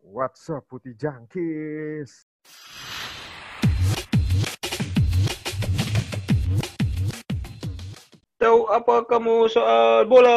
What's up, Putih Jangkis? Tahu apa kamu soal bola?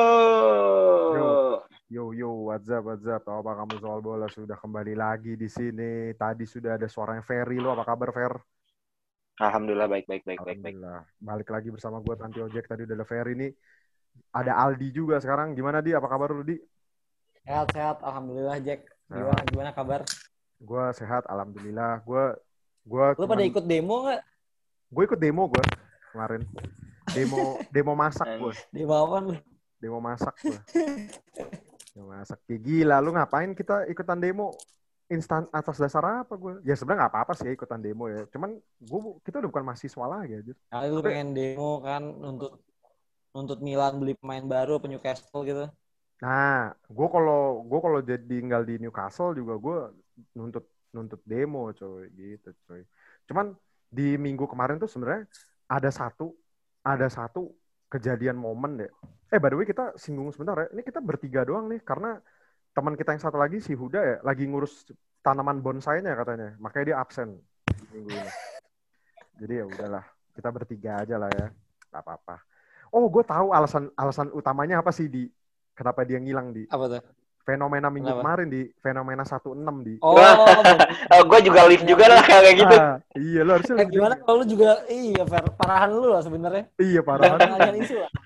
What's up? Tahu apa kamu soal bola? Sudah kembali lagi di sini. Tadi sudah ada suaranya Ferry. Lo apa kabar, Fer? Alhamdulillah baik. Alhamdulillah. Balik lagi bersama gue, Tanti Ojek. Tadi udah ada Ferry nih. Ada Aldi juga sekarang. Gimana, Di? Apa kabar lu, Di? Sehat. Alhamdulillah, Jack. Gimana kabar? Gue sehat, alhamdulillah. Lu pada ikut demo nggak? Gue ikut demo gue kemarin. Demo masak gue. Demo apa lu? Demo masak gue. Demo masak. Gila, lu ngapain kita ikutan demo? Instan atas dasar apa gue? Ya sebenarnya nggak apa-apa sih ikutan demo ya. Cuman kita udah bukan mahasiswa lagi aja. Kali lu pengen demo kan nuntut Milan beli pemain baru apa Newcastle gitu. Nah, gue kalau jadi tinggal di Newcastle juga gue nuntut demo coy gitu coy. Cuman di minggu kemarin tuh sebenarnya ada satu kejadian momen deh. By the way kita singgung sebentar ya. Ini kita bertiga doang nih karena teman kita yang satu lagi si Huda ya lagi ngurus tanaman bonsainya katanya. Makanya dia absen di minggu ini. Jadi ya udahlah, kita bertiga aja lah ya. Gak apa-apa. Oh, gue tahu alasan utamanya apa sih kenapa dia ngilang di Apa tuh? fenomena minggu kemarin di fenomena 16 di. Oh, gue juga live juga lah kayak gitu. Iya, lo harusnya gimana kalau lu juga parahan lu lah sebenarnya. Iya, parahan. Kalian isu lah.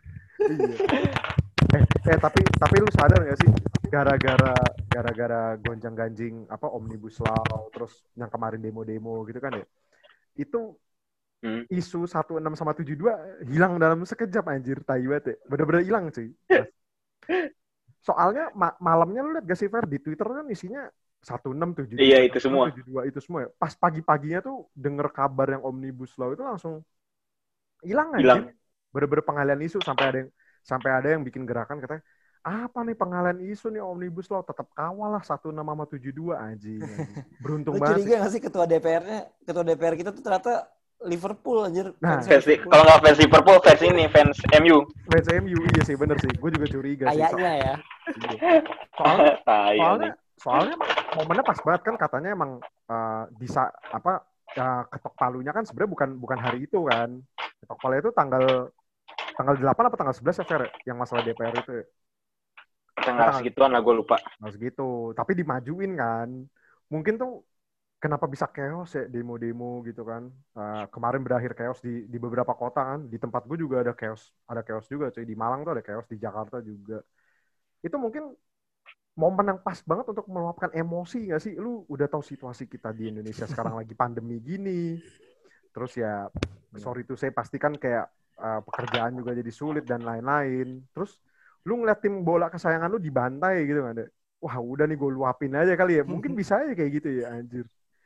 Iya. Tapi lu sadar gak sih gara-gara gonjang-ganjing apa Omnibus Law terus yang kemarin demo-demo gitu kan ya. Itu isu 16 sama 72 hilang dalam sekejap anjir, tai banget ya. Bener-bener hilang cuy. Soalnya malamnya lu liat gak sih Fer di Twitter kan isinya 16, 72. Iya, itu semua. 72 itu semua ya. Pas pagi-paginya tuh denger kabar yang Omnibus Law itu langsung hilang anjir. Bener-bener pengalian isu sampai ada yang bikin gerakan katanya apa nih pengalian isu nih Omnibus Law, tetap kawal lah 16 sama 72 anjing. Beruntung banget. Lu curiga gak sih ketua DPR kita tuh ternyata Liverpool anjir. Nah, kalau nggak fans Liverpool, fans ini fans MU. Fans MU iya sih bener sih. Gue juga curiga sih. Kayaknya ya. Soalnya momennya pas banget kan katanya emang bisa apa ketok palunya kan sebenarnya bukan hari itu kan. Ketok palunya itu tanggal 8 apa tanggal 11 ya Fer yang masalah DPR itu ya. Tanggal segituan lah gue lupa. Tanggal segitu. Tapi dimajuin kan. Mungkin tuh kenapa bisa chaos ya demo-demo gitu kan. Kemarin berakhir chaos di beberapa kota kan. Di tempat gue juga ada chaos juga cuy. Di Malang tuh ada chaos, di Jakarta juga. Itu mungkin momen yang pas banget untuk meluapkan emosi gak sih? Lu udah tahu situasi kita di Indonesia sekarang lagi pandemi gini. Terus ya sorry tuh saya pastikan kayak pekerjaan juga jadi sulit dan lain-lain. Terus lu ngeliat tim bola kesayangan lu dibantai gitu kan. Wah udah nih gue luapin aja kali ya. Mungkin bisa aja kayak gitu ya anjir.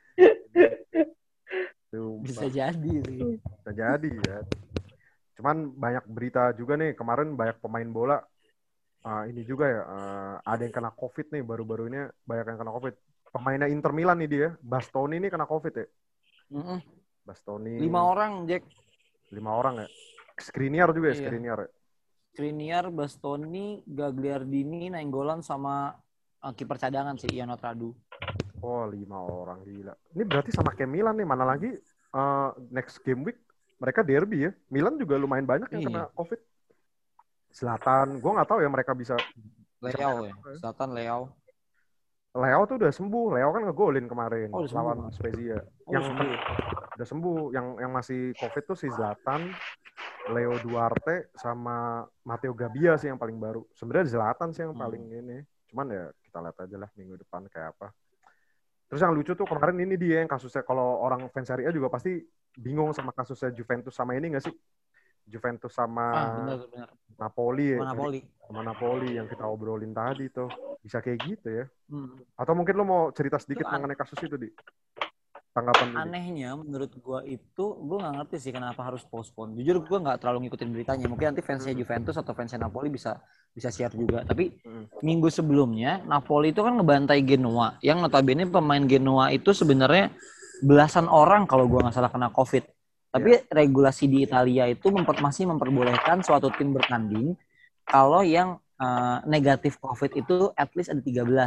Bisa jadi sih. Bisa jadi ya. Cuman banyak berita juga nih. Kemarin banyak pemain bola. Ini juga ya. Ada yang kena COVID nih. Baru-baru ini banyak yang kena COVID. Pemainnya Inter Milan nih dia. Bastoni ini kena COVID ya. Bastoni. 5 orang, Jack. 5 orang ya. Skriniar juga ya. Iya. Skriniar, Bastoni, Gagliardini, Nainggolan, sama kiper cadangan sih, Ian Otradu. Oh, 5 orang, gila. Ini berarti sama kayak Milan nih. Mana lagi next game week mereka derby ya. Milan juga lumayan banyak yang kena COVID. Zlatan, gue nggak tahu ya mereka bisa. Leao ya. Zlatan, Leao. Leo tuh udah sembuh. Leo kan ngegolin kemarin lawan Spezia. Udah sembuh. Yang masih COVID tuh si Zlatan, Leo Duarte, sama Matteo Gabbia sih yang paling baru. Sebenarnya Zlatan sih yang paling ini. Cuman ya kita lihat aja lah minggu depan kayak apa. Terus yang lucu tuh kemarin ini dia yang kasusnya, kalau orang fans Serie A juga pasti bingung sama kasusnya Juventus sama ini nggak sih? Juventus sama bener. Napoli. Sama Napoli yang kita obrolin tadi tuh. Bisa kayak gitu ya. Atau mungkin lo mau cerita sedikit mengenai kasus itu, Di? Tanggapan anehnya menurut gue nggak ngerti sih kenapa harus postpone. Jujur gue nggak terlalu ngikutin beritanya. Mungkin nanti fansnya Juventus atau fansnya Napoli bisa share juga. Tapi minggu sebelumnya Napoli itu kan ngebantai Genoa. Yang notabene pemain Genoa itu sebenarnya belasan orang kalau gue nggak salah kena COVID. Tapi regulasi di Italia itu masih memperbolehkan suatu tim bertanding kalau yang negatif COVID itu at least ada 13.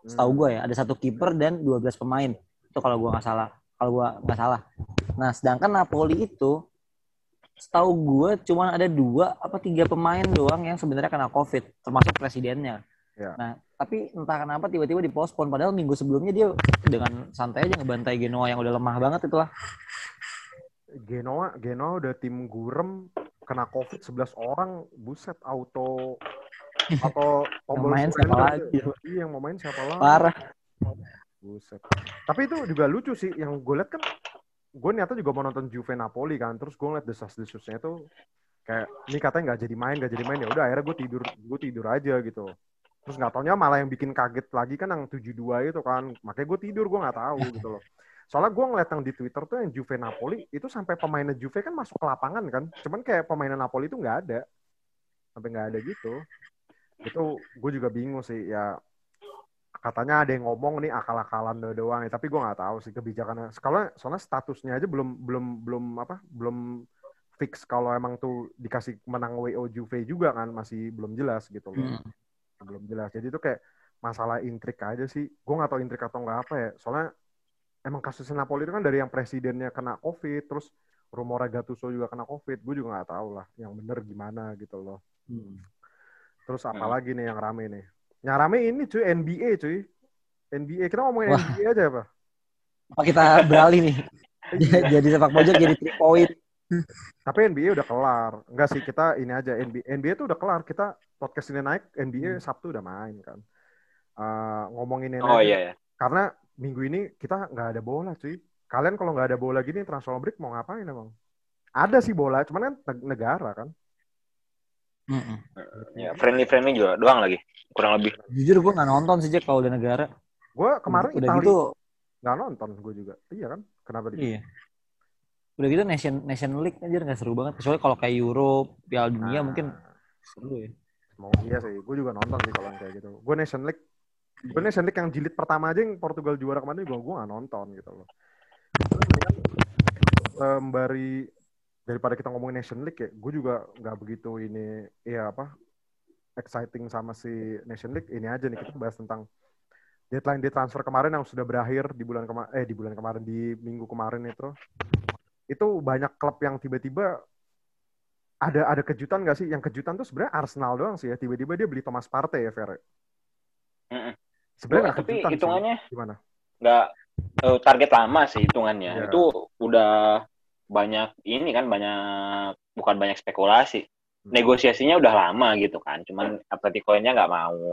Setahu gue ya, ada 1 kiper dan 12 pemain. Itu kalau gue nggak salah. Nah, sedangkan Napoli itu setahu gue cuma ada 2 apa 3 pemain doang yang sebenarnya kena COVID, termasuk presidennya. Ya. Nah, tapi entah kenapa tiba-tiba dipospon. Padahal minggu sebelumnya dia dengan santai aja ngebantai Genoa yang udah lemah banget itulah. Genoa udah tim gurem kena COVID 11 orang, buset auto tombol main siapa lagi? Iya, yang mau main siapa lagi? Parah. Buset. Tapi itu juga lucu sih, yang gue liat kan, gue niatnya juga mau nonton Juve Napoli kan, terus gue ngeliat desas-desusnya tuh kayak ini katanya nggak jadi main ya udah akhirnya gue tidur aja gitu. Terus nggak taunya malah yang bikin kaget lagi kan yang 7-2 itu kan, makanya gue tidur, gue nggak tahu gitu loh. Soalnya gue ngeliat yang di Twitter tuh yang Juve Napoli itu sampai pemainnya Juve kan masuk ke lapangan kan, cuman kayak pemainnya Napoli itu nggak ada, sampai nggak ada gitu. Itu gue juga bingung sih ya. Katanya ada yang ngomong nih akal-akalan doang ya, tapi gue nggak tahu sih kebijakannya. Soalnya statusnya aja belum fix kalau emang tuh dikasih menang WO Juve juga kan, masih belum jelas gitu loh. Belum jelas. Jadi itu kayak masalah intrik aja sih. Gue nggak tahu intrik atau nggak apa ya. Soalnya emang kasusnya Napoli itu kan dari yang presidennya kena COVID, terus rumornya Gattuso juga kena COVID. Gue juga nggak tahu lah yang bener gimana gitu loh. Terus apalagi nih yang rame nih? Yang rame ini cuy, NBA cuy. NBA, kita ngomongin NBA aja apa? Apa kita beralih nih? Jadi sepak pojok jadi 3 point. Tapi NBA udah kelar. Enggak sih, kita ini aja. NBA tuh udah kelar. Kita podcast ini naik, NBA Sabtu udah main kan. Ngomongin ini aja. Iya. Karena minggu ini kita nggak ada bola cuy. Kalian kalau nggak ada bola gini, transfer break mau ngapain emang? Ada sih bola, cuman kan negara kan. Ya, friendly juga doang lagi, kurang lebih. Jujur gue nggak nonton sih Jack kalau udah negara. Gue kemarin udah Itali gitu nggak nonton gue juga. Iya kan? Kenapa dia? Iya. Udah gitu Nation League aja nggak seru banget. Soalnya kalau kayak Euro, Piala Dunia mungkin seru ya. Iya sih, gue juga nonton sih kalau kayak gitu. Gue Nation League yang jilid pertama aja yang Portugal juara kemarin gue nggak nonton gitu loh. Sembari daripada kita ngomongin Nation League ya, gue juga nggak begitu ini exciting sama si Nation League. Ini aja nih kita bahas tentang deadline di transfer kemarin yang sudah berakhir di minggu kemarin itu banyak klub yang tiba-tiba ada kejutan nggak sih? Yang kejutan tuh sebenarnya Arsenal doang sih ya, tiba-tiba dia beli Thomas Partey ya, Fer. Sebenarnya tapi kejutan hitungannya sih. Gimana? Nggak target lama sih hitungannya. Yeah. Itu udah banyak ini kan, bukan banyak spekulasi. Negosiasinya udah lama gitu kan. Cuman Atletico-nya nggak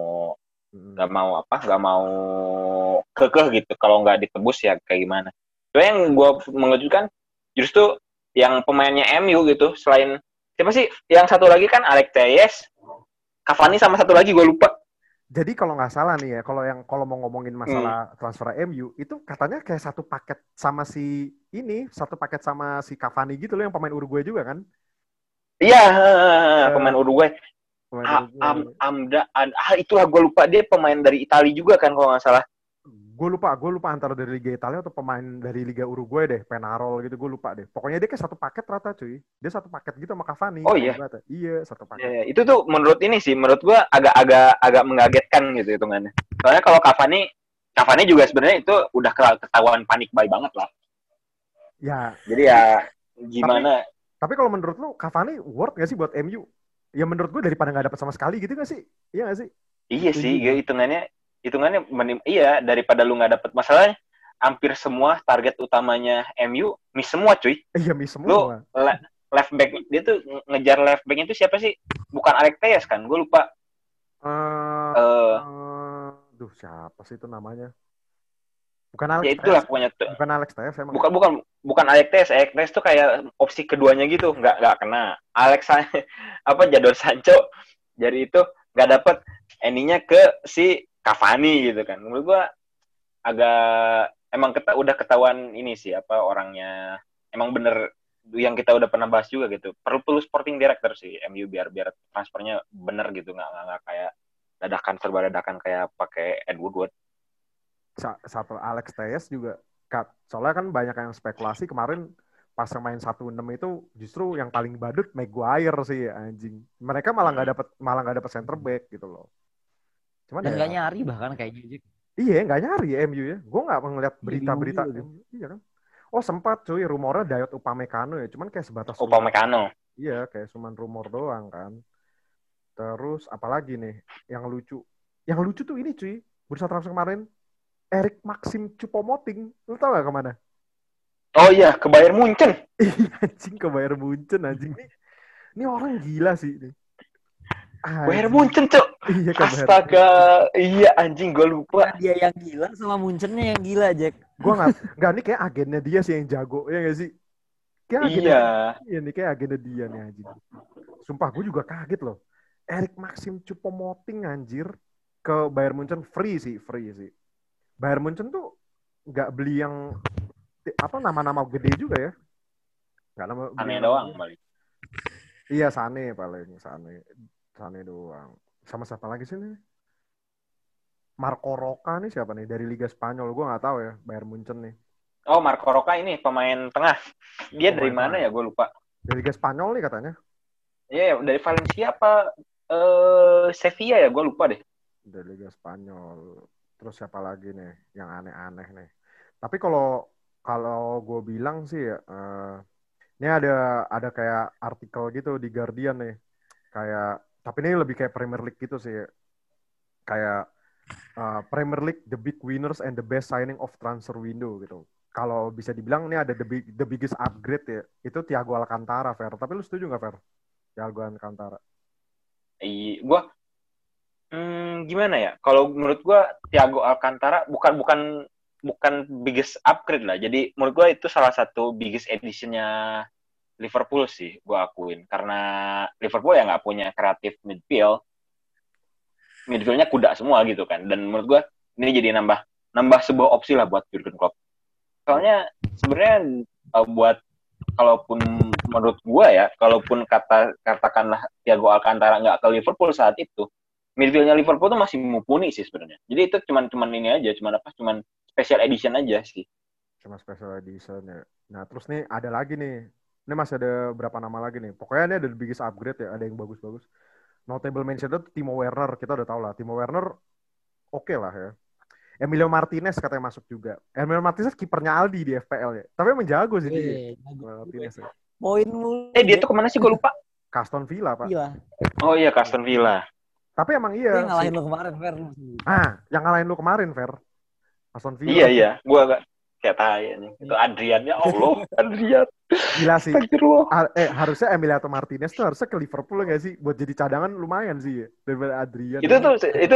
mau kekeh gitu kalau nggak ditebus ya kayak gimana. Itu yang gue mengejutkan justru yang pemainnya MU gitu. Selain siapa sih? Yang satu lagi kan Alex Telles, Cavani sama satu lagi gue lupa. Jadi kalau nggak salah nih ya, kalau mau ngomongin masalah transfer MU itu katanya kayak satu paket sama si Cavani gitu loh, yang pemain Uruguay juga kan? Iya, pemain Uruguay. Itulah gue lupa, dia pemain dari Italia juga kan kalau nggak salah. Gue lupa antara dari Liga Italia atau pemain dari Liga Uruguay deh, Penarol gitu, gue lupa deh. Pokoknya dia kayak satu paket rata cuy. Dia satu paket gitu sama Cavani. Oh iya? Iya, satu paket. Ya, itu tuh menurut gue agak mengagetkan gitu hitungannya. Soalnya kalau Cavani juga sebenarnya itu udah ketahuan panik buy banget lah. Ya. Jadi ya gimana? Tapi kalau menurut lu Cavani worth nggak sih buat MU? Ya menurut gue daripada nggak dapat sama sekali gitu nggak sih? Iya nggak sih? Iya sih, hitungannya iya, daripada lu nggak dapet. Masalahnya hampir semua target utamanya MU miss semua cuy. Iya miss semua. Lu left back dia tuh ngejar left back itu siapa sih? Bukan Alex Telles kan? Gue lupa. Siapa sih itu namanya? Bukan Alex ya itulah pokoknya tuh. Bukan Alex Telles emang. Bukan Alex Telles. Alex Telles tuh kayak opsi keduanya gitu, nggak kena. Jadon Sancho dari itu nggak dapet endingnya ke si Cavani gitu kan. Menurut gua agak emang udah ketahuan ini sih orangnya emang bener yang kita udah pernah bahas juga gitu. Perlu sporting director sih MU biar transfernya bener gitu, nggak kayak serba dadakan kayak pakai Ed Woodward. Satu Alex Telles juga soalnya kan banyak yang spekulasi kemarin pas main 1-6 itu justru yang paling badut Maguire sih anjing. Mereka malah nggak dapat center back gitu loh. Cuman dan nggak nyari bahkan kayaknya. Iya, nggak nyari ya MU ya. Gue nggak ngeliat Iya, bingung berita-berita juga tuh. MU. Iya kan? Oh sempat cuy, rumornya Dayot Upamecano ya. Cuman kayak sebatas rumor. Upamecano. Iya, kayak cuman rumor doang kan. Terus apalagi nih yang lucu? Yang lucu tuh ini cuy. Bursa transfer kemarin. Erik Maxim Choupo-Moting. Lu tau gak kemana? Oh iya, ke Bayern Munchen. Anjing ke Bayern Munchen anjing. Ini orang gila sih. Bayern Anjing. Munchen, Cuk. Iya ke Bayern Astaga, Munchen. iya anjing gue lupa. Karena dia yang gila sama Munchennya yang gila, Jack. Gue nggak nih kayak agennya dia sih yang jago ya nggak sih? Kayak agennya Iya. dia nih kayak agennya dia nih anjing. Sumpah gue juga kaget loh. Erik Maxim Choupo-Moting anjir ke Bayern Munchen free sih. Bayern Munchen tuh nggak beli yang apa nama-nama gede juga ya. Nggak beli Aneh yang doang nama. paling. Iya Sane paling Sane doang. Sama siapa lagi sih nih? Marco Roca nih siapa nih dari Liga Spanyol? Gue nggak tahu ya Bayern Munchen nih. Oh, Marco Roca ini pemain tengah. Dia Pemain dari mana tengah. ya? Gue lupa. Dari Liga Spanyol nih katanya. Iya, dari Valencia apa Sevilla ya? Gue lupa deh. Dari Liga Spanyol. Terus siapa lagi nih yang aneh-aneh nih? Tapi kalau gue bilang sih ya, ini ada kayak artikel gitu di Guardian nih. Kayak tapi ini lebih kayak Premier League gitu sih. Kayak Premier League the big winners and the best signing of transfer window gitu. Kalau bisa dibilang ini ada the biggest upgrade ya. Itu Thiago Alcantara, Fer. Tapi lu setuju nggak, Fer? Thiago Alcantara. Gue gimana ya? Kalau menurut gue Thiago Alcantara bukan biggest upgrade lah. Jadi menurut gue itu salah satu biggest editionnya Liverpool sih, gue akuin. Karena Liverpool ya nggak punya kreatif midfield. Midfieldnya kuda semua gitu kan. Dan menurut gue ini jadi nambah sebuah opsi lah buat Jurgen Klopp. Soalnya sebenarnya buat kalaupun menurut gue ya, kalaupun katakanlah Thiago Alcantara nggak ke Liverpool saat itu, midfieldnya Liverpool tuh masih mumpuni sih sebenarnya. Jadi itu cuman ini aja, cuman special edition aja sih. Cuma special edition ya. Nah terus nih ada lagi nih. Ini masih ada berapa nama lagi nih. Pokoknya ini ada the biggest upgrade ya. Ada yang bagus-bagus. Notable mention itu Timo Werner. Kita udah tahu lah. Timo Werner oke lah ya. Emilio Martinez katanya masuk juga. Emilio Martinez kipernya Aldi di FPL ya. Tapi emang jago sih dia. Martinez ya. Poin mulu. Dia tuh kemana sih gue lupa. Aston Villa, Pak. Gila. Oh iya, Aston Villa. Tapi emang Dia iya. ngalahin lo kemarin, Fer. Yang ngalahin lu kemarin, Fer. Aston Villa. Iya. Gue agak kayak tanya nih. Itu Adrian, ya Allah. Adrian. Gila sih. Harusnya Emiliano Martinez tuh harusnya ke Liverpool nggak sih? Buat jadi cadangan lumayan sih ya. Daripada Adrian. Itu tuh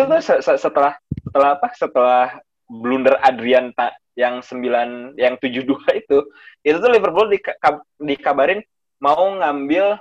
setelah blunder Adrian yang 72 itu tuh Liverpool dikabarin mau ngambil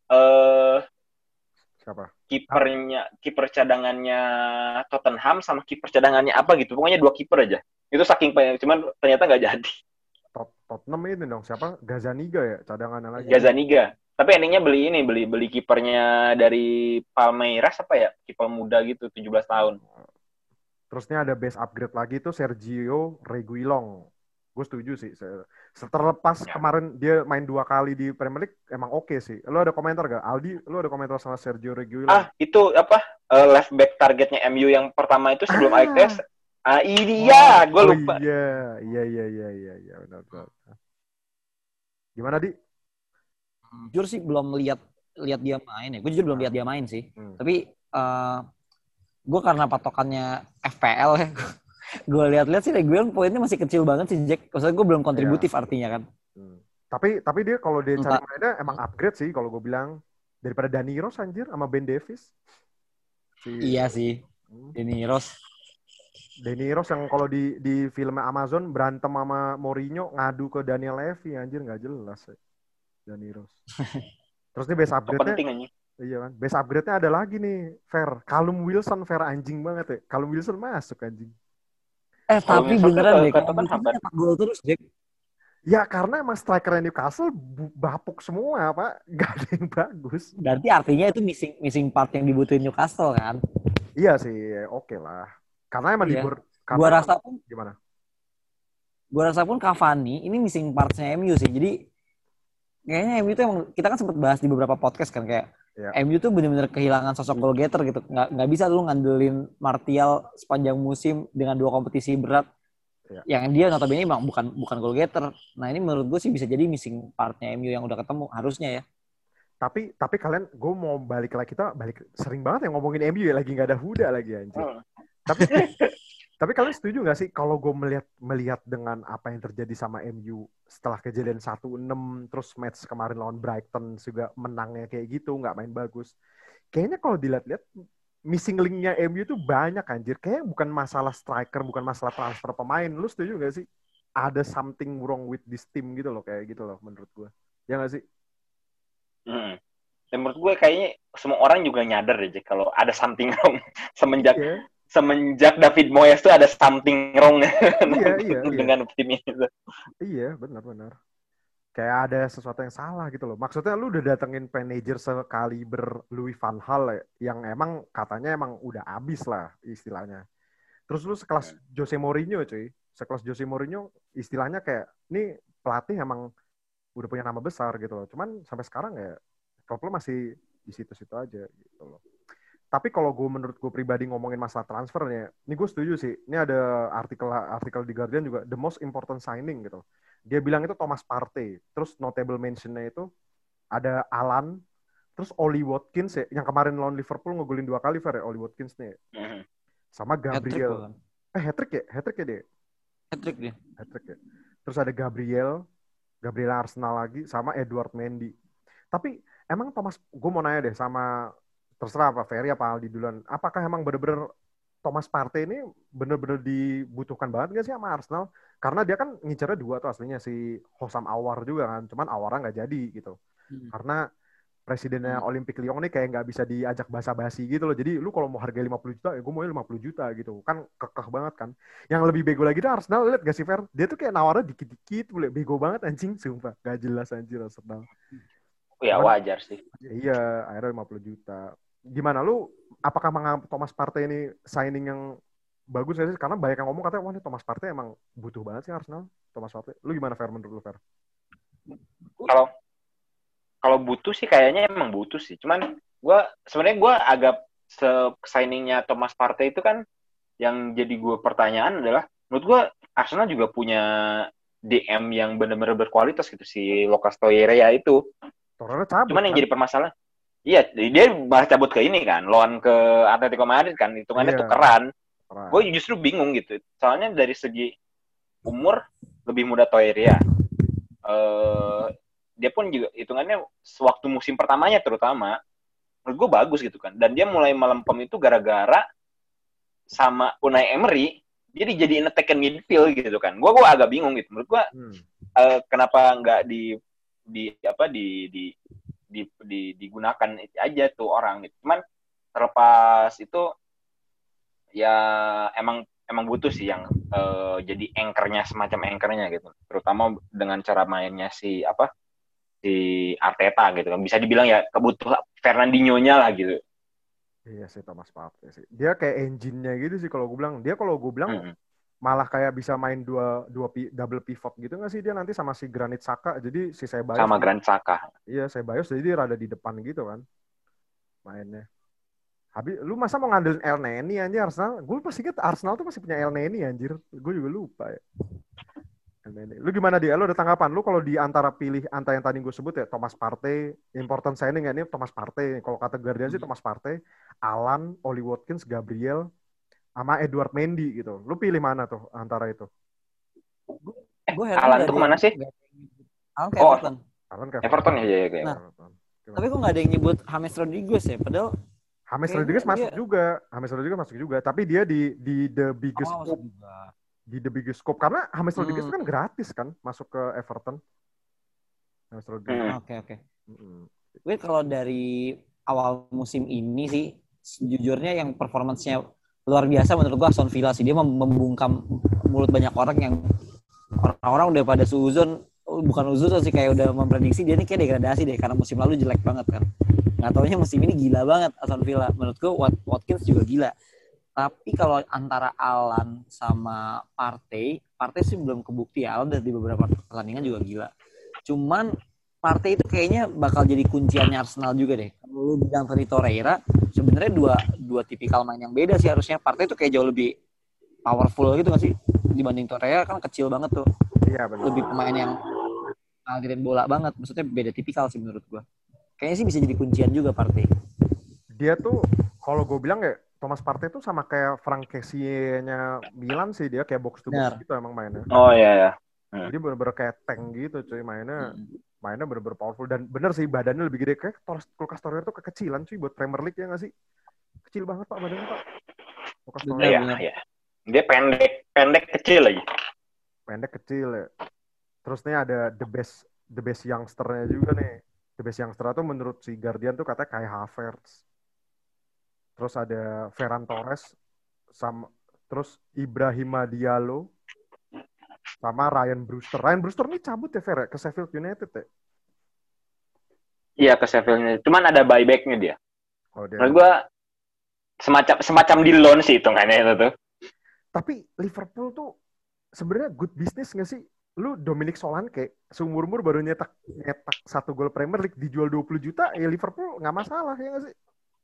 siapa? Kiper cadangannya Tottenham sama kiper cadangannya apa gitu. Pokoknya 2 kiper aja. Itu saking pengen, cuman ternyata nggak jadi. Tottenham ini dong, siapa? Gazzaniga ya, cadangannya lagi. Gazzaniga. Tapi endingnya beli kipernya dari Palmeiras apa ya? Kiper muda gitu, 17 tahun. Terusnya ada base upgrade lagi tuh Sergio Reguilon. Gue setuju sih. Terlepas kemarin dia main 2 kali di Premier League, emang oke sih. Lu ada komentar gak? Aldi, lu ada komentar sama Sergio Reguilon? Itu apa? Left back targetnya MU yang pertama itu sebelum Ajax. Ini ya, gue lupa. Iya, benar. Gimana, Di? Jujur sih belum lihat dia main ya. Gue jujur belum lihat dia main sih. Tapi gue karena patokannya FPL ya. Gue lihat-lihat sih Reguilon poinnya masih kecil banget sih, Jack. Maksudnya gue belum kontributif artinya kan. Tapi dia kalau dia cari mainnya emang upgrade sih kalau gue bilang. Daripada Dani Rose anjir sama Ben Davies. Iya sih. Dani Rose yang kalau di film Amazon berantem sama Mourinho ngadu ke Daniel Levy anjir nggak jelas ya. Dani Rose. Terus nih base upgrade-nya. Iya kan. Base upgrade-nya ada lagi nih, Fer. Callum Wilson, Fer anjing banget ya. Callum Wilson masuk anjing. Tapi beneran deh, Callum Wilson nyetak gol terus, Jack. Ya karena emang strikernya Newcastle bapuk semua, Pak. Gak ada yang bagus. Berarti artinya itu missing part yang dibutuhin Newcastle kan? Iya sih, oke lah. Karena emang Gua rasa pun gimana? Gua rasa pun Cavani ini missing part-nya MU sih. Jadi kayaknya MU itu emang kita kan sempat bahas di beberapa podcast kan kayak MU tuh benar-benar kehilangan sosok goal getter gitu. Nggak bisa lu ngandelin Martial sepanjang musim dengan 2 kompetisi berat. Yang dia notabene emang bukan goal getter. Nah ini menurut gue sih bisa jadi missing partnya MU yang udah ketemu harusnya ya. Tapi kalian, gue mau balik lagi, kita balik sering banget yang ngomongin MU ya, lagi nggak ada Huda lagi anjir. Tapi kalian setuju nggak sih kalau gue melihat dengan apa yang terjadi sama MU setelah kejadian 1-6 terus match kemarin lawan Brighton juga menangnya kayak gitu, nggak main bagus. Kayaknya kalau dilihat-lihat missing link-nya MU tuh banyak anjir. Kayaknya bukan masalah striker, bukan masalah transfer pemain. Lu setuju nggak sih? Ada something wrong with this team gitu loh, kayak gitu loh menurut gue. Ya nggak sih? Dan menurut gue kayaknya semua orang juga nyadar aja kalau ada something wrong semenjak David Moyes tuh ada something wrong dengan tim ini. Iya, benar-benar. Kayak ada sesuatu yang salah gitu loh. Maksudnya lu udah datengin manajer sekaliber Louis van Gaal yang emang katanya emang udah abis lah istilahnya. Terus lu sekelas Jose Mourinho cuy. Sekelas Jose Mourinho istilahnya kayak ini pelatih emang udah punya nama besar gitu loh. Cuman sampai sekarang ya klub masih di situ-situ aja gitu loh. Tapi kalau menurut gue pribadi ngomongin masalah transfernya, ini gue setuju sih. Ini ada artikel di Guardian juga, the most important signing gitu. Dia bilang itu Thomas Partey. Terus notable mention-nya itu ada Alan, terus Oli Watkins ya, yang kemarin lawan Liverpool ngegolin 2 kali, Fer ya, Oli Watkins nih. Sama Gabriel. Hat-trick ya? Hat-trick ya dia? Hat-trick dia. Hat-trick ya. Terus ada Gabriel Arsenal lagi, sama Edward Mendy. Tapi emang gue mau nanya deh sama, terserah apa Ferry apa Aldi duluan, apakah emang bener-bener Thomas Partey ini bener-bener dibutuhkan banget nggak sih sama Arsenal? Karena dia kan ngincernya 2 tuh aslinya, si Hossam Aouar juga kan, cuman Aouarnya nggak jadi gitu. Karena presidennya Olympique Lyon nih kayak nggak bisa diajak basa-basi gitu loh. Jadi lu kalau mau harga 50 juta, ya gue mau 50 juta gitu. Kan kekeh banget kan. Yang lebih bego lagi tuh Arsenal, liat gak sih Fer? Dia tuh kayak nawarnya dikit-dikit, bego banget anjing, sumpah. Gak jelas anjir Arsenal. Ya wajar sih. Iya, akhirnya 50 juta. Gimana lu, apakah Thomas Partey ini signing yang bagus gak sih? Karena banyak yang ngomong katanya, wah ini Thomas Partey emang butuh banget sih Arsenal. Thomas Partey. Lu gimana Fer, menurut lu Fer? Kalau butuh sih kayaknya emang butuh sih. Cuman sebenarnya gue agak signingnya Thomas Partey itu kan yang jadi gue pertanyaan adalah, menurut gue Arsenal juga punya DM yang benar-benar berkualitas gitu, si Lucas Torreira itu. Cuman yang jadi permasalahan, iya dia malah cabut ke ini kan, loan ke Atletico Madrid kan, hitungannya tukeran. Gue justru bingung gitu. Soalnya dari segi umur lebih muda Torreira. Dia pun juga hitungannya sewaktu musim pertamanya terutama menurut gue bagus gitu kan, dan dia mulai melempem itu gara-gara sama Unai Emery dia dijadiin attack midfield gitu kan. Gue agak bingung gitu, menurut gue kenapa nggak digunakan aja tuh orang gitu. Cuman terlepas itu ya emang butuh sih yang jadi semacam anchornya gitu, terutama dengan cara mainnya si Arteta gitu kan, bisa dibilang ya kebutuhan Fernandinho-nya lah gitu. Iya sih Thomas Partey sih. Dia kayak engine-nya gitu sih kalau gue bilang. Dia kalau gue bilang malah kayak bisa main double pivot gitu nggak sih dia nanti sama si Granit Xhaka. Jadi si Ceballos sama Granit Xhaka. Iya, Ceballos jadi dia rada di depan gitu kan mainnya. Habis lu masa mau ngandelin El Neni anjir Arsenal? Gue pasti inget Arsenal tuh masih punya El Neni anjir. Gue juga lupa ya. Lu gimana dia? Lu ada tanggapan? Lu kalau di antara yang tadi gue sebut ya, Thomas Partey, important signing ya, ini Thomas Partey. Kalau kata Guardian sih Thomas Partey, Alan, Oli Watkins, Gabriel, sama Edward Mendy gitu. Lu pilih mana tuh antara itu? Alan tuh kemana sih? Alan ke Everton. Everton ya kayak. Nah, tapi kok nggak ada yang nyebut James Rodriguez ya? Padahal James Rodriguez masuk juga. James Rodriguez masuk juga. Tapi dia di the biggest scope. Di the biggest scope. Karena James Rodriguez kan gratis kan masuk ke Everton. James Rodriguez. Oke. Gue kalau dari awal musim ini sih, sejujurnya yang performance-nya luar biasa menurut gue Aston Villa sih. Dia membungkam mulut banyak orang yang orang-orang udah pada suzon, bukan sih, kayak udah memprediksi dia ini kayak degradasi deh karena musim lalu jelek banget kan. Nggak taunya musim ini gila banget Aston Villa. Menurut gue Watkins juga gila. Tapi kalau antara Alan sama Partey sih belum kebukti ya. Alan dari beberapa pertandingan juga gila. Cuman Partey itu kayaknya bakal jadi kunciannya Arsenal juga deh. Kalau lu bilang tadi Torreira, sebenarnya dua tipikal main yang beda sih harusnya. Partey itu kayak jauh lebih powerful gitu nggak sih dibanding Torreira kan kecil banget tuh. Iya benar. Lebih pemain yang ngalirin bola banget. Maksudnya beda tipikal sih menurut gua. Kayaknya sih bisa jadi kuncian juga Partey. Dia tuh kalau gue bilang ya Thomas Partey tuh sama kayak Frank Kessie-nya Milan sih, dia kayak box to box gitu emang mainnya. Oh iya ya. Jadi bener-bener kayak tank gitu cuy, mainnya bener-bener powerful, dan bener sih badannya lebih gede, kayak Lucas Torreira tuh kekecilan cuy buat Premier League, ya nggak sih? Kecil banget pak badannya pak Lucas Torreira. Iya. Dia pendek kecil lagi. Pendek kecil ya. Terus nih ada the best youngster-nya juga nih. The best youngster tuh menurut si Guardian tuh katanya Kai Havertz. Terus ada Ferran Torres sama terus Ibrahima Diallo sama Ryan Brewster. Ryan Brewster nih cabut ya Fer ke Sheffield United ya? Iya ke Sheffield. Cuman ada buyback-nya dia. Oh, dia. Menurut gue semacam di loan sih itu kayaknya itu tuh. Tapi Liverpool tuh sebenarnya good business nggak sih? Lu Dominic Solanke seumur-umur baru nyetak 1 gol Premier League dijual 20 juta, ya Liverpool nggak masalah ya nggak sih?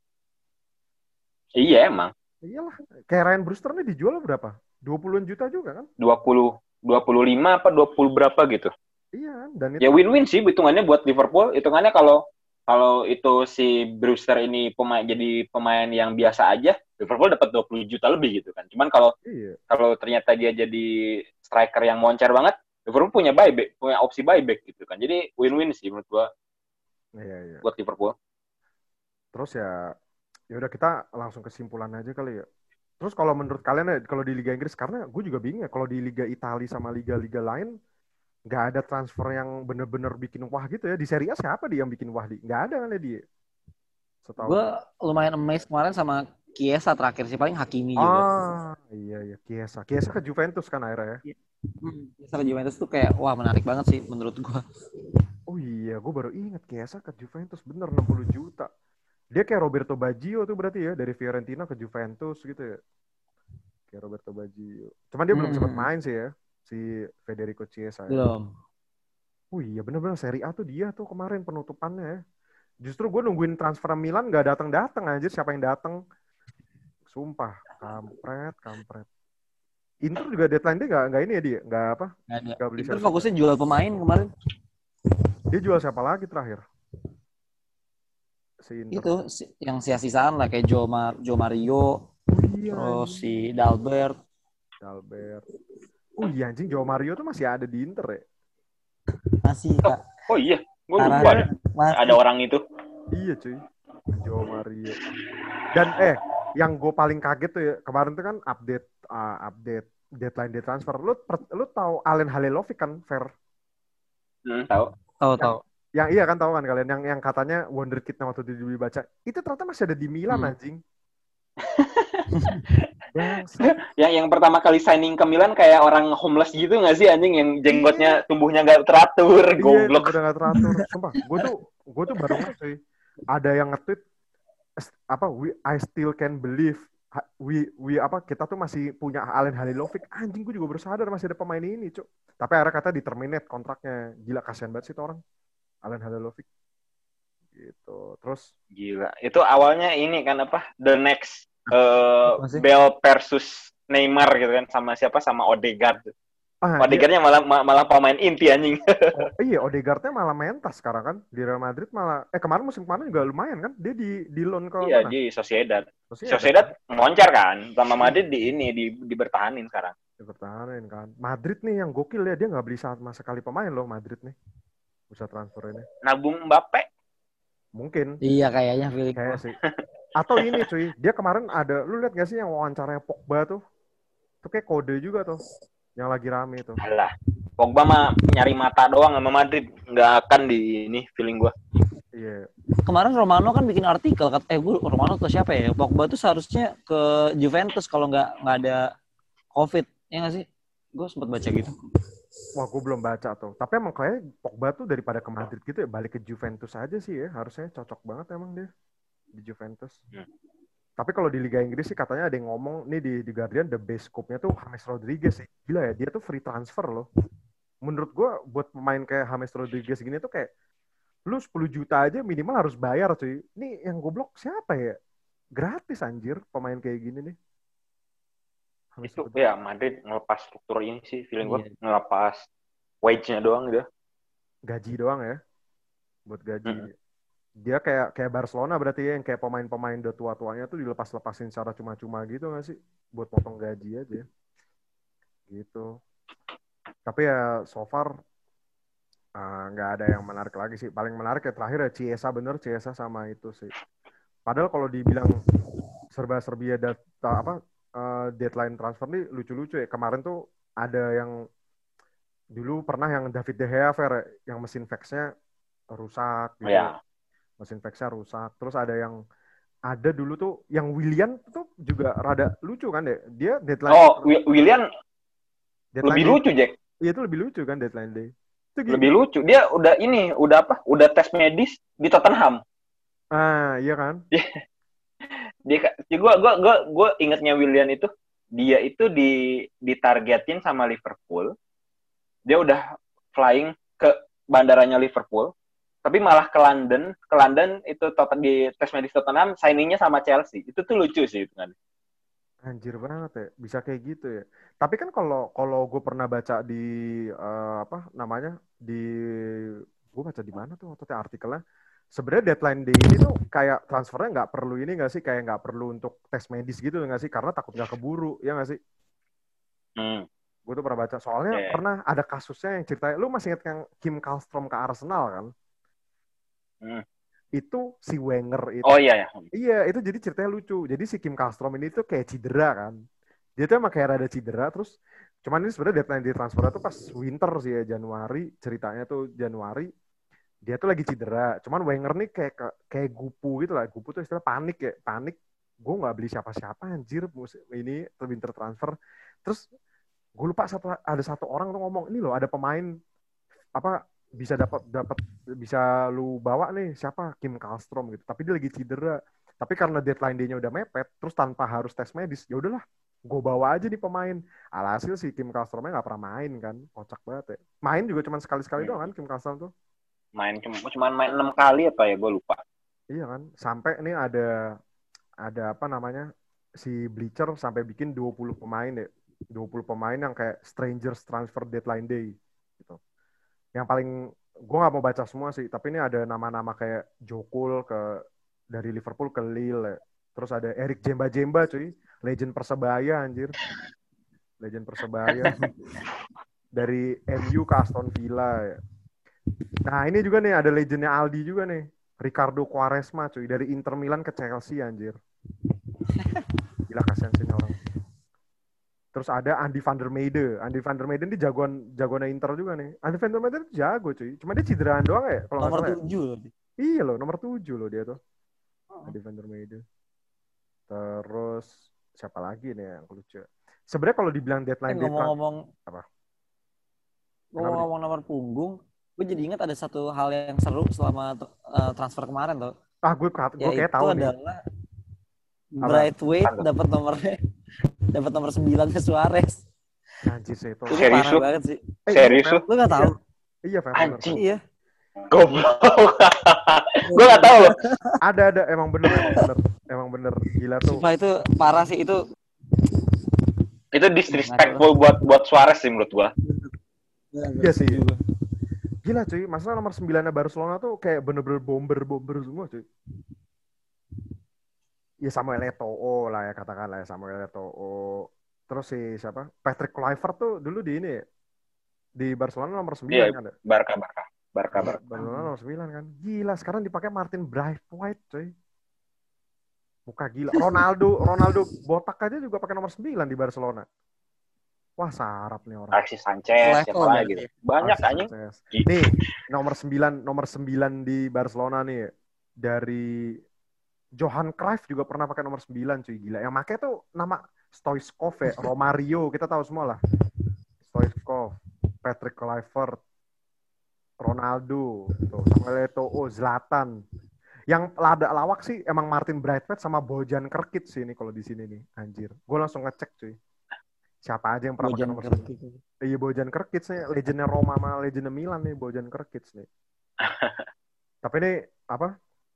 Iya emang. Iyalah. Kayak Ryan Brewster nih dijual berapa? 20-an juta juga kan? 25 apa 20 berapa gitu. Iya, dan itu ya win-win sih hitungannya buat Liverpool. Hitungannya kalau itu si Brewster ini jadi pemain yang biasa aja, Liverpool dapat 20 juta lebih gitu kan. Cuman kalau ternyata dia jadi striker yang moncer banget, Liverpool punya opsi buyback gitu kan. Jadi win-win sih menurut gua. Iya. Buat Liverpool. Terus ya udah kita langsung kesimpulan aja kali ya. Terus kalau menurut kalian ya, kalau di Liga Inggris, karena gue juga bingung ya, kalau di Liga Italia sama liga-liga lain, nggak ada transfer yang bener-bener bikin wah gitu ya. Di Serie A siapa dia yang bikin wah? Nggak ada kan ya dia? Gue lumayan amazed kemarin sama Chiesa terakhir sih, paling Hakimi juga. Iya. Chiesa ke Juventus kan akhirnya ya. Chiesa ke Juventus tuh kayak, wah menarik banget sih menurut gue. Oh iya, gue baru ingat Chiesa ke Juventus, bener 60 juta. Dia kayak Roberto Baggio tuh berarti ya, dari Fiorentina ke Juventus gitu ya. Kayak Roberto Baggio. Cuman dia belum sempat main sih ya, si Federico Chiesa. Belum. Oh iya, bener-bener Serie A tuh dia tuh kemarin penutupannya ya. Justru gue nungguin transfer Milan gak datang aja, siapa yang datang? Sumpah, kampret. Inter juga deadline dia nggak ini ya dia, nggak apa? Nggak ada. Nggak beli Inter fokusnya jual pemain kemarin. Dia jual siapa lagi terakhir? Si Inter. Itu yang sia-sisaan lah kayak Joe Mario, terus si Dalbert. Oh iya anjing, Joe Mario tuh masih ada di Inter ya? Masih Kak. Oh iya, gue lupa ada orang itu. Iya cuy, Joe Mario. Dan yang gue paling kaget tuh ya, kemarin tuh kan update deadline day transfer. Lu tahu Alen Halilovic kan, Fer? Tahu. Yang iya kan tahu kan kalian, yang katanya wonderkidnya waktu itu dibaca, itu ternyata masih ada di Milan anjing. yang pertama kali signing ke Milan kayak orang homeless gitu nggak sih anjing, yang jenggotnya tumbuhnya nggak teratur, goblok. Iya, nggak teratur. Sumpah, gue tuh baru ngerti. Ada yang nge-tweet apa, I still can believe kita tuh masih punya Alen Halilovic. Anjing, gue juga baru sadar masih ada pemain ini, Cuk. Tapi akhirnya kata di-terminate kontraknya. Gila, kasihan banget sih itu orang. Alen Halilovic. Gitu. Terus gila. Itu awalnya ini kan apa? The next Bale versus Neymar gitu kan, sama Odegaard. Odegaardnya malah pemain inti anjing. Iya, Odegaardnya malah mentas sekarang kan di Real Madrid malah. Kemarin musim kemarin juga lumayan kan, dia di loan ke iya, mana? Di Sociedad moncer kan, sama Madrid dibertahanin sekarang. Dibertahanin kan. Madrid nih yang gokil ya, dia nggak beli sama sekali pemain loh Madrid nih. Bisa transfer ini. Nabung Mbappe. Mungkin. Iya kayaknya feeling kayak sih. Atau ini cuy, dia kemarin ada, lu lihat gak sih yang wawancaranya Pogba tuh? Itu kayak kode juga tuh, yang lagi rame tuh. Alah, Pogba mah nyari mata doang sama Madrid, nggak akan di ini feeling gue. Iya. Kemarin Romano kan bikin artikel, Romano atau siapa ya? Pogba tuh seharusnya ke Juventus kalau nggak ada COVID, ya nggak sih? Gue sempat baca gitu. Wah, gue belum baca tuh. Tapi emang kayak Pogba tuh daripada ke Madrid gitu ya, balik ke Juventus aja sih ya. Harusnya cocok banget emang dia di Juventus. Tapi kalau di Liga Inggris sih katanya ada yang ngomong nih di Guardian, the best scope-nya tuh James Rodriguez sih. Gila ya, dia tuh free transfer loh. Menurut gue buat pemain kayak James Rodriguez gini tuh kayak Lu 10 juta aja minimal harus bayar cuy. Ini yang goblok siapa ya? Gratis anjir pemain kayak gini nih. Harus Itu ya Madrid ngelepas struktur ini sih, feeling gue Iya. ngelepas wage-nya doang gitu. gaji doang ya. Buat gaji. Dia kayak Barcelona berarti ya, yang kayak pemain-pemain udah tua-tuanya tuh dilepas-lepasin secara cuma-cuma gitu nggak sih? Buat potong gaji aja. Gitu. Tapi ya so far nggak ada yang menarik lagi sih. Paling menarik ya terakhir ya Chiesa, bener Chiesa sama itu sih. Padahal kalau dibilang serba-serbi ya data apa deadline transfer nih lucu-lucu ya. Kemarin tuh ada yang dulu pernah yang David De Gea yang mesin fax-nya rusak Oh gitu ya. ya. Mesin fax-nya rusak. Terus ada dulu tuh yang Willian tuh juga rada lucu kan deh. Dia deadline Oh, Willian lebih day. lucu, Jack. Iya itu lebih lucu kan deadline day. Itu Lebih lucu. Dia udah apa? Udah tes medis di Tottenham. iya kan? Gue ingetnya Willian itu dia itu ditargetin sama Liverpool. Dia udah flying ke bandaranya Liverpool, tapi malah ke London itu di tes medis Tottenham, signingnya sama Chelsea. Itu tuh lucu sih itu kan. Anjir banget ya, bisa kayak gitu ya. Tapi kan kalau gue pernah baca di apa namanya gue baca di mana tuh waktu itu artikelnya. Sebenarnya deadline day ini tuh kayak transfernya nggak perlu ini nggak sih, kayak nggak perlu untuk tes medis gitu nggak sih, karena takut nggak keburu ya nggak sih. Gue tuh pernah baca soalnya pernah ada kasusnya yang ceritanya, lu masih ingat yang Kim Kallstrom ke Arsenal kan? Itu si Wenger itu. Oh iya ya. Iya, itu jadi ceritanya lucu. Jadi si Kim Kallstrom ini tuh kayak cedera kan. Dia tuh emang kayak rada cedera terus cuman ini sebenarnya deadline di transfer tuh pas winter sih ya, Januari, ceritanya tuh Januari. Dia tuh lagi cedera. Cuman Wenger nih kayak gupu gitu lah. Gupu tuh istilah panik ya. Panik. Gue nggak beli siapa-siapa anjir ini winter transfer. Terus gue lupa ada satu orang tuh ngomong, ini loh ada pemain apa bisa dapat bisa lu bawa nih siapa Kim Kallstrom gitu, tapi dia lagi cedera, tapi karena deadline day-nya udah mepet terus tanpa harus tes medis, ya udahlah gue bawa aja nih pemain. Alhasil si Kim Kallstromnya nggak pernah main kan, kocak banget ya. Main juga cuma sekali-sekali doang kan Kim Kallstrom tuh. Cuma main 6 kali apa ya, gue lupa. Iya kan, sampai ini ada apa namanya si Bleacher sampai bikin 20 pemain ya, 20 pemain yang kayak strangers transfer deadline day gitu. Yang paling gue nggak mau baca semua sih, tapi ini ada nama-nama kayak Jokul dari Liverpool ke Lille, ya. Terus ada Eric Jemba cuy, legend Persebaya anjir, legend Persebaya dari MU ke Aston Villa. Ya. Nah ini juga nih ada legendnya Aldi juga nih, Ricardo Quaresma cuy, dari Inter Milan ke Chelsea anjir. Gila kasihan sih orang. Terus ada Andy van der Meijden. Andy van der Meijden ini jagoan Inter juga nih. Andy van der Meijden itu jago cuy. Cuma dia cederaan doang ya kalau nomor 7 loh. Iya loh, nomor 7 loh dia tuh. Andy van der Meijden. Terus siapa lagi nih yang lucu? Sebenarnya kalau dibilang deadline ngomong-ngomong apa? Ngomong-ngomong nomor punggung, gue jadi ingat ada satu hal yang seru selama transfer kemarin tuh. Gue kayak tahu nih. Adalah Braithwaite dapat nomor 9 ke Suarez. Anjir sih itu. Serius lu? Banget sih. Serius lu? Lu enggak tahu? Iya, anjing. Iya. Goblok. Gue enggak tahu loh. Ada emang bener. Gila tuh. Sumpah itu parah sih itu. Itu disrespectful buat Suarez sih menurut gua. Iya sih. Gila cuy, masalah nomor 9-nya Barcelona tuh kayak bener-bener bomber semua cuy. Ya Samuel Eto'o lah ya katakanlah ya, Samuel Eto'o. Terus si siapa? Patrick Kluivert tuh dulu di ini di Barcelona nomor 9 kan ya? Barca. Barcelona nomor 9 kan. Gila, sekarang dipakai Martin Braithwaite cuy. Muka gila. Ronaldo botak aja juga pakai nomor 9 di Barcelona. Wah, sarap nih orang. Alexis Sanchez siapa lagi gitu. Banyak anjing. Nih, nomor 9 di Barcelona nih dari Johan Cruyff juga pernah pakai nomor 9 cuy, gila. Yang pakai tuh nama Stoichkov ya, Romario, kita tahu semua lah. Stoichkov, Patrick Kluivert, Ronaldo, tuh, Samuel Eto'o, Zlatan. Yang lawak sih emang Martin Braithwaite sama Bojan Krkic sih ini kalau di sini nih, anjir. Gue langsung ngecek cuy. Siapa aja yang pernah pakai nomor 9? Iya, Bojan Krkic nih, legendnya Roma sama legendnya Milan nih, Bojan Krkic nih. Tapi ini apa?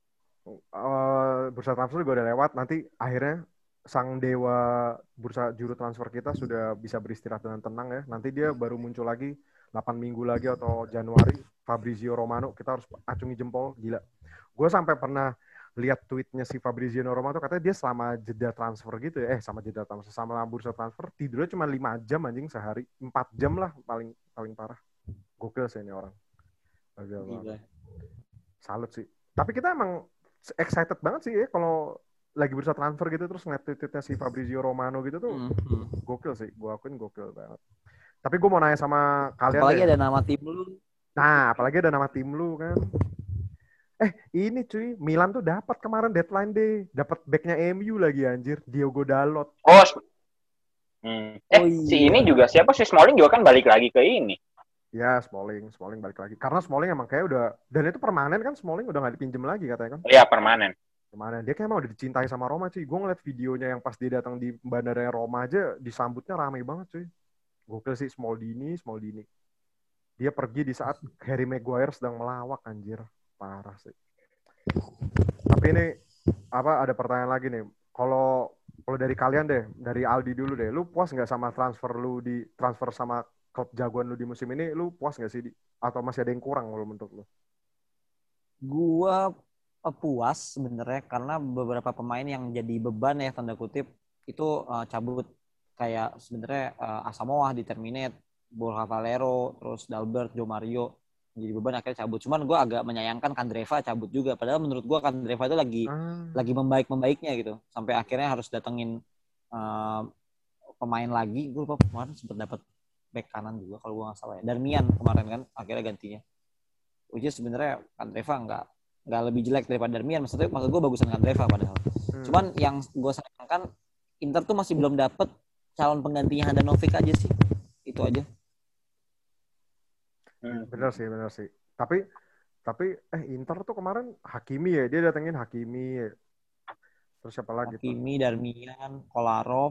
Bursa transfer juga udah lewat. Nanti akhirnya sang dewa bursa juru transfer kita sudah bisa beristirahat dengan tenang ya. Nanti dia baru muncul lagi 8 minggu lagi atau Januari. Fabrizio Romano, kita harus acungi jempol, gila. Gue sampai pernah lihat tweetnya si Fabrizio Romano, katanya dia selama jeda transfer gitu ya, sama jeda transfer, sama bursa transfer, tidurnya cuma 5 jam anjing sehari, 4 jam lah paling paling parah. Gokil sih ini orang. Gila. Salut sih. Tapi kita emang excited banget sih ya kalau lagi bursa transfer gitu terus ngeliat tweetnya si Fabrizio Romano gitu tuh gokil sih. Gue akuin gokil banget. Tapi gue mau nanya sama kalian apalagi deh. ada nama tim lu. Nah, apalagi ada nama tim lu kan. Ini cuy, Milan tuh dapat kemarin deadline day, dapat backnya MU lagi anjir, Diogo Dalot. Oh, iya. Si ini juga siapa sih, Smalling juga kan balik lagi ke ini. Ya, Smalling balik lagi. Karena Smalling emang kayak udah, dan itu permanen kan, Smalling udah gak dipinjem lagi katanya kan. Iya, permanen. Permanen. Dia kayak emang udah dicintai sama Roma cuy. Gue ngeliat videonya yang pas dia datang di bandaranya Roma aja, disambutnya rame banget cuy. Gokil sih Smaldini. Dia pergi di saat Harry Maguire sedang melawak anjir. Parah sih. Tapi ini ada pertanyaan lagi nih. Kalau dari kalian deh, dari Aldi dulu deh, lu puas nggak sama transfer sama klub jagoan lu di musim ini? Lu puas nggak sih? Atau masih ada yang kurang kalau menurut lu? Gua puas sebenarnya karena beberapa pemain yang jadi beban ya tanda kutip itu cabut, kayak sebenarnya Asamoah di terminate, Borja Valero, terus Dalbert, Joe Mario jadi beban akhirnya cabut. Cuman gue agak menyayangkan Kandreva cabut juga. Padahal menurut gue Kandreva itu lagi membaiknya gitu. Sampai akhirnya harus datengin pemain lagi. Gue lupa kemarin sempat dapat back kanan juga kalau gue nggak salah ya. Darmian kemarin kan akhirnya gantinya. Which is sebenarnya Kandreva nggak lebih jelek daripada Darmian. Maksud gue bagusan Kandreva padahal. Cuman yang gue sayangkan Inter tuh masih belum dapet calon penggantinya Handanovic aja sih. Itu aja. Bener sih. Tapi Inter tuh kemarin Hakimi ya, dia datengin Hakimi. Terus siapa lagi? Hakimi, Darmian, Kolarov.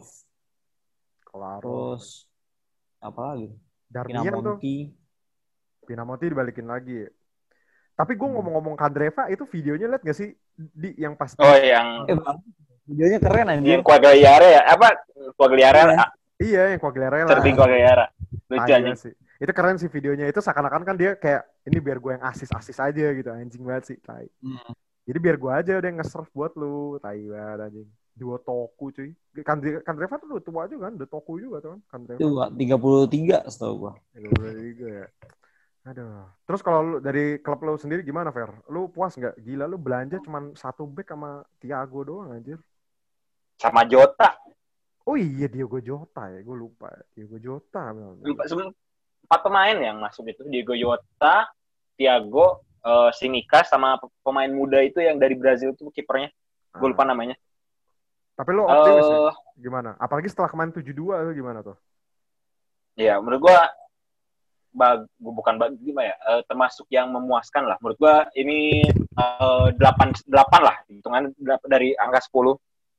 Terus apa lagi? Darmian Pinamonti dibalikin lagi. Tapi gue ngomong-ngomong Kandreva itu videonya liat gak sih yang pas? Oh yang videonya keren anjir. Yang Quagliarella ya? Apa? Quagliarella? Iya, yang Quagliarella. Serving Quagliarella. Lucu aja sih. Itu keren sih videonya. Itu seakan-akan kan dia kayak ini biar gue yang asis aja gitu. Anjing banget sih, tai. Jadi biar gue aja udah nge-serve buat lu, tai banget anjing. Dua Toku cuy. Kandreva tuh udah tua juga kan, udah Toku juga tuh kan Kandreva. Tua 33 setahu gua. 33 ya. Aduh. Terus kalau lu dari klub lu sendiri gimana, Fer? Lu puas nggak? Gila lu belanja cuma 1 back sama Thiago doang anjir. Sama Jota. Oh iya, Diogo Jota ya, gue lupa. Diogo Jota. 4 pemain yang masuk itu, Diogo Jota, Thiago, Simikas, sama pemain muda itu yang dari Brazil itu kipernya. Gue lupa namanya. Tapi lo optimis ya? Gimana? Apalagi setelah kemarin 7-2 itu gimana tuh? Ya, menurut gue termasuk yang memuaskan lah. Menurut gue ini 8 lah, hitungan dari angka 10.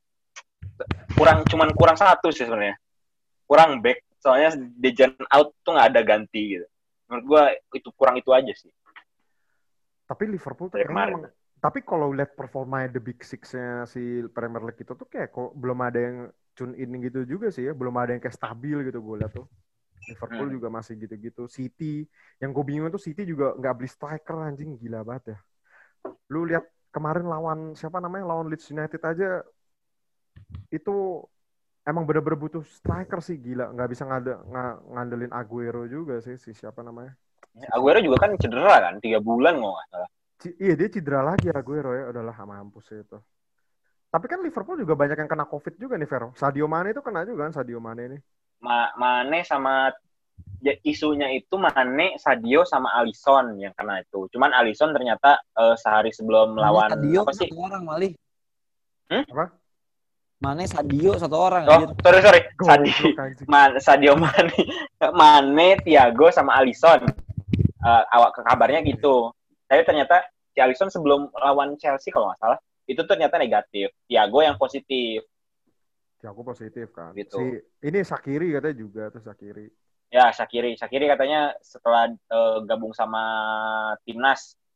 Kurang 1 sih sebenarnya. Kurang back. Soalnya Dejan out tuh nggak ada ganti gitu. Menurut gue itu aja sih. Tapi Liverpool tuh kayaknya emang. Tapi kalau lihat performa The Big Six-nya si Premier League itu tuh kayak kok belum ada yang tune in gitu juga sih ya. Belum ada yang kayak stabil gitu gue lihat tuh. Liverpool juga masih gitu-gitu. City, yang gue bingung tuh City juga nggak beli striker anjing, gila banget ya. Lu lihat kemarin lawan Leeds United aja itu emang bener-bener butuh striker sih, gila. Nggak bisa ngandelin Aguero juga sih, siapa namanya. Aguero juga kan cedera kan, 3 bulan nggak salah. Iya, dia cedera lagi Aguero ya, udahlah mampus itu. Tapi kan Liverpool juga banyak yang kena COVID juga nih, Vero. Sadio Mane itu kena juga kan, Sadio Mane ini. Mane sama isunya itu Mane, Sadio sama Alisson yang kena itu. Cuman Alisson ternyata sehari sebelum melawan Sadio apa sih? Satu orang Malih. Apa? Mane Sadio satu orang. Sorry. Sadio Mane, Thiago sama Alisson. Kabarnya gitu. Tapi ternyata si Alisson sebelum lawan Chelsea kalau nggak salah itu ternyata negatif. Thiago yang positif. Thiago positif kan. Gitu. Ini Shaqiri katanya juga tuh Ya Shaqiri katanya setelah gabung sama timnas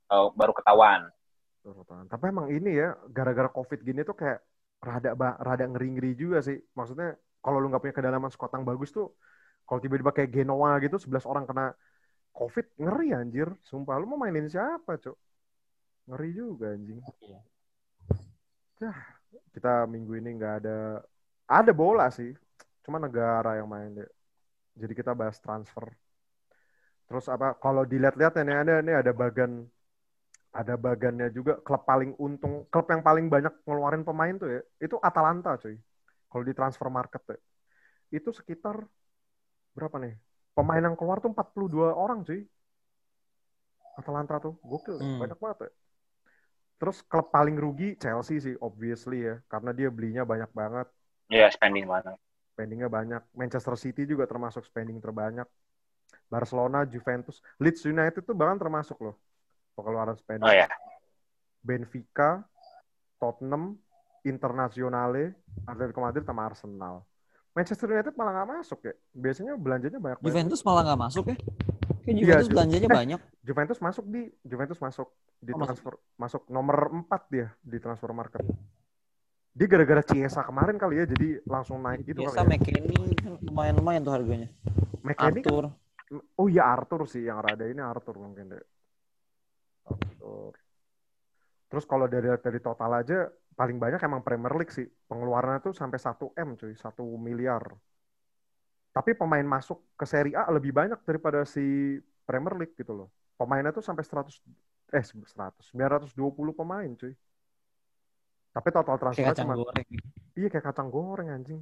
baru ketahuan. Tapi emang ini ya, gara-gara COVID gini tuh kayak rada ngeri-ngeri juga sih. Maksudnya kalau lu nggak punya kedalaman squad yang bagus tuh, kalau tiba-tiba kayak Genoa gitu, 11 orang kena COVID, ngeri anjir. Sumpah, lu mau mainin siapa, Cuk? Ngeri juga anjing. Ya, kita minggu ini nggak ada bola sih. Cuma negara yang main deh. Jadi kita bahas transfer. Terus apa? Kalau dilihat-lihat ini ada bagannya juga klub paling untung, klub yang paling banyak ngeluarin pemain tuh ya, itu Atalanta cuy. Kalau di transfer market ya, itu sekitar berapa nih? Pemain yang keluar tuh 42 orang cuy. Atalanta tuh, gokil ya, banyak banget ya. Terus klub paling rugi Chelsea sih, obviously ya, karena dia belinya banyak banget. Iya, spending banget. Spendingnya banyak. Manchester City juga termasuk spending terbanyak. Barcelona, Juventus, Leeds United tuh bahkan termasuk loh pengeluaran spending. Oh ya. Benfica, Tottenham, Internazionale, Atletico Madrid sama Arsenal. Manchester United malah nggak masuk ya. Biasanya belanjanya banyak. Juventus malah nggak masuk ya? Kayak Juventus belanjanya banyak. Juventus masuk di transfer, masuk nomor 4 dia di transfer market. Dia gara-gara Chiesa kemarin kali ya, jadi langsung naik gitu Chiesa, kali ya. McKennie lumayan tuh harganya. McKennie Arthur. Kan, oh iya Arthur sih yang rada ini Arthur mungkin deh. Arthur. Terus kalau dari total aja paling banyak emang Premier League sih. Pengeluarannya tuh sampai 1 M cuy, 1 miliar. Tapi pemain masuk ke Serie A lebih banyak daripada si Premier League gitu loh. Pemainnya tuh sampai 920 pemain cuy. Tapi total transfernya cuma iya kayak kacang goreng anjing.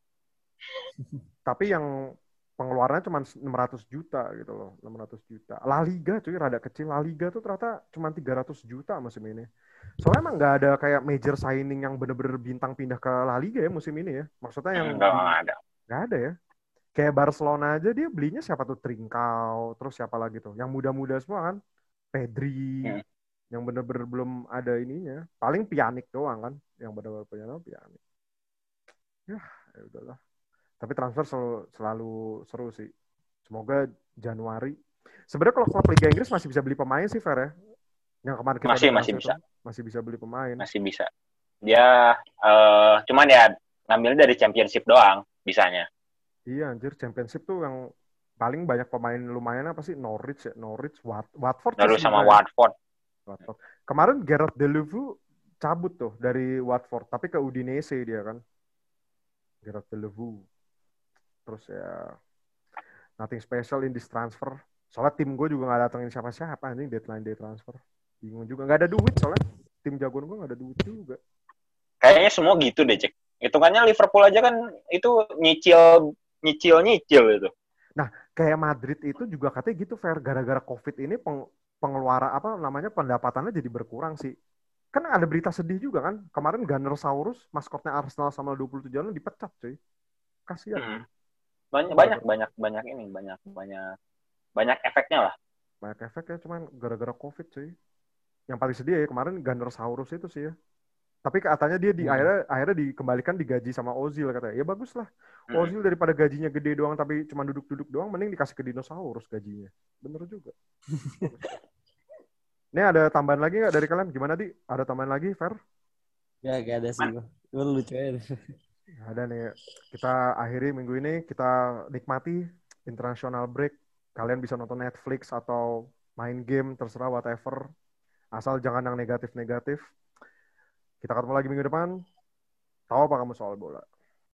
Tapi yang pengeluarannya cuma 600 juta gitu loh, 600 juta. La Liga cuy rada kecil. La Liga tuh ternyata cuma 300 juta musim ini. Soalnya emang nggak ada kayak major signing yang bener-bener bintang pindah ke La Liga ya musim ini ya. Maksudnya yang nggak ada ya. Kayak Barcelona aja dia belinya siapa tuh Trincao, terus siapa lagi tuh? Yang muda-muda semua kan. Pedri, yang bener-bener belum ada ininya. Paling Pjanic doang kan, yang bener-bener punya nama Pjanic. Ya udahlah. Tapi transfer selalu seru sih. Semoga Januari. Sebenarnya kalau klub Liga Inggris masih bisa beli pemain sih, Fer ya. Yang kemarin kita masih bisa beli pemain. Masih bisa. Dia cuman ya ngambilnya dari Championship doang bisanya. Iya anjir, Championship tuh yang paling banyak pemain lumayan apa sih? Norwich, Watford. Norwich sama Watford. Kemarin Gerard Deulofeu cabut tuh dari Watford, tapi ke Udinese dia kan. Gerard Deulofeu. Terus ya nothing special in this transfer. Soalnya tim gue juga gak datengin siapa-siapa anjing deadline day transfer. Bingung juga, gak ada duit soalnya. Tim jagoan gue gak ada duit juga. Kayaknya semua gitu deh, Cek. Hitungannya Liverpool aja kan itu nyicil itu. Nah, kayak Madrid itu juga katanya gitu, Fer. Gara-gara COVID ini pengeluaran pendapatannya jadi berkurang sih. Kan ada berita sedih juga kan. Kemarin Gunnersaurus, maskotnya Arsenal sama 27 orang dipecat, cuy. Kasihan. Banyak efeknya lah. Banyak efek ya, cuman gara-gara COVID, cuy. Yang paling sedih ya kemarin Gunnersaurus itu sih ya. Tapi katanya dia akhirnya dikembalikan digaji sama Ozil katanya. Ya bagus lah. Ozil daripada gajinya gede doang tapi cuma duduk-duduk doang, mending dikasih ke dinosaurus gajinya. Bener juga. Ini ada tambahan lagi nggak dari kalian? Gimana Di? Ada tambahan lagi, Fer? Gak ada sih. Gue lucu aja. Ada nih. Kita akhiri minggu ini, kita nikmati international break. Kalian bisa nonton Netflix atau main game, terserah whatever. Asal jangan yang negatif-negatif. Kita ketemu lagi minggu depan. Tahu apa kamu soal bola?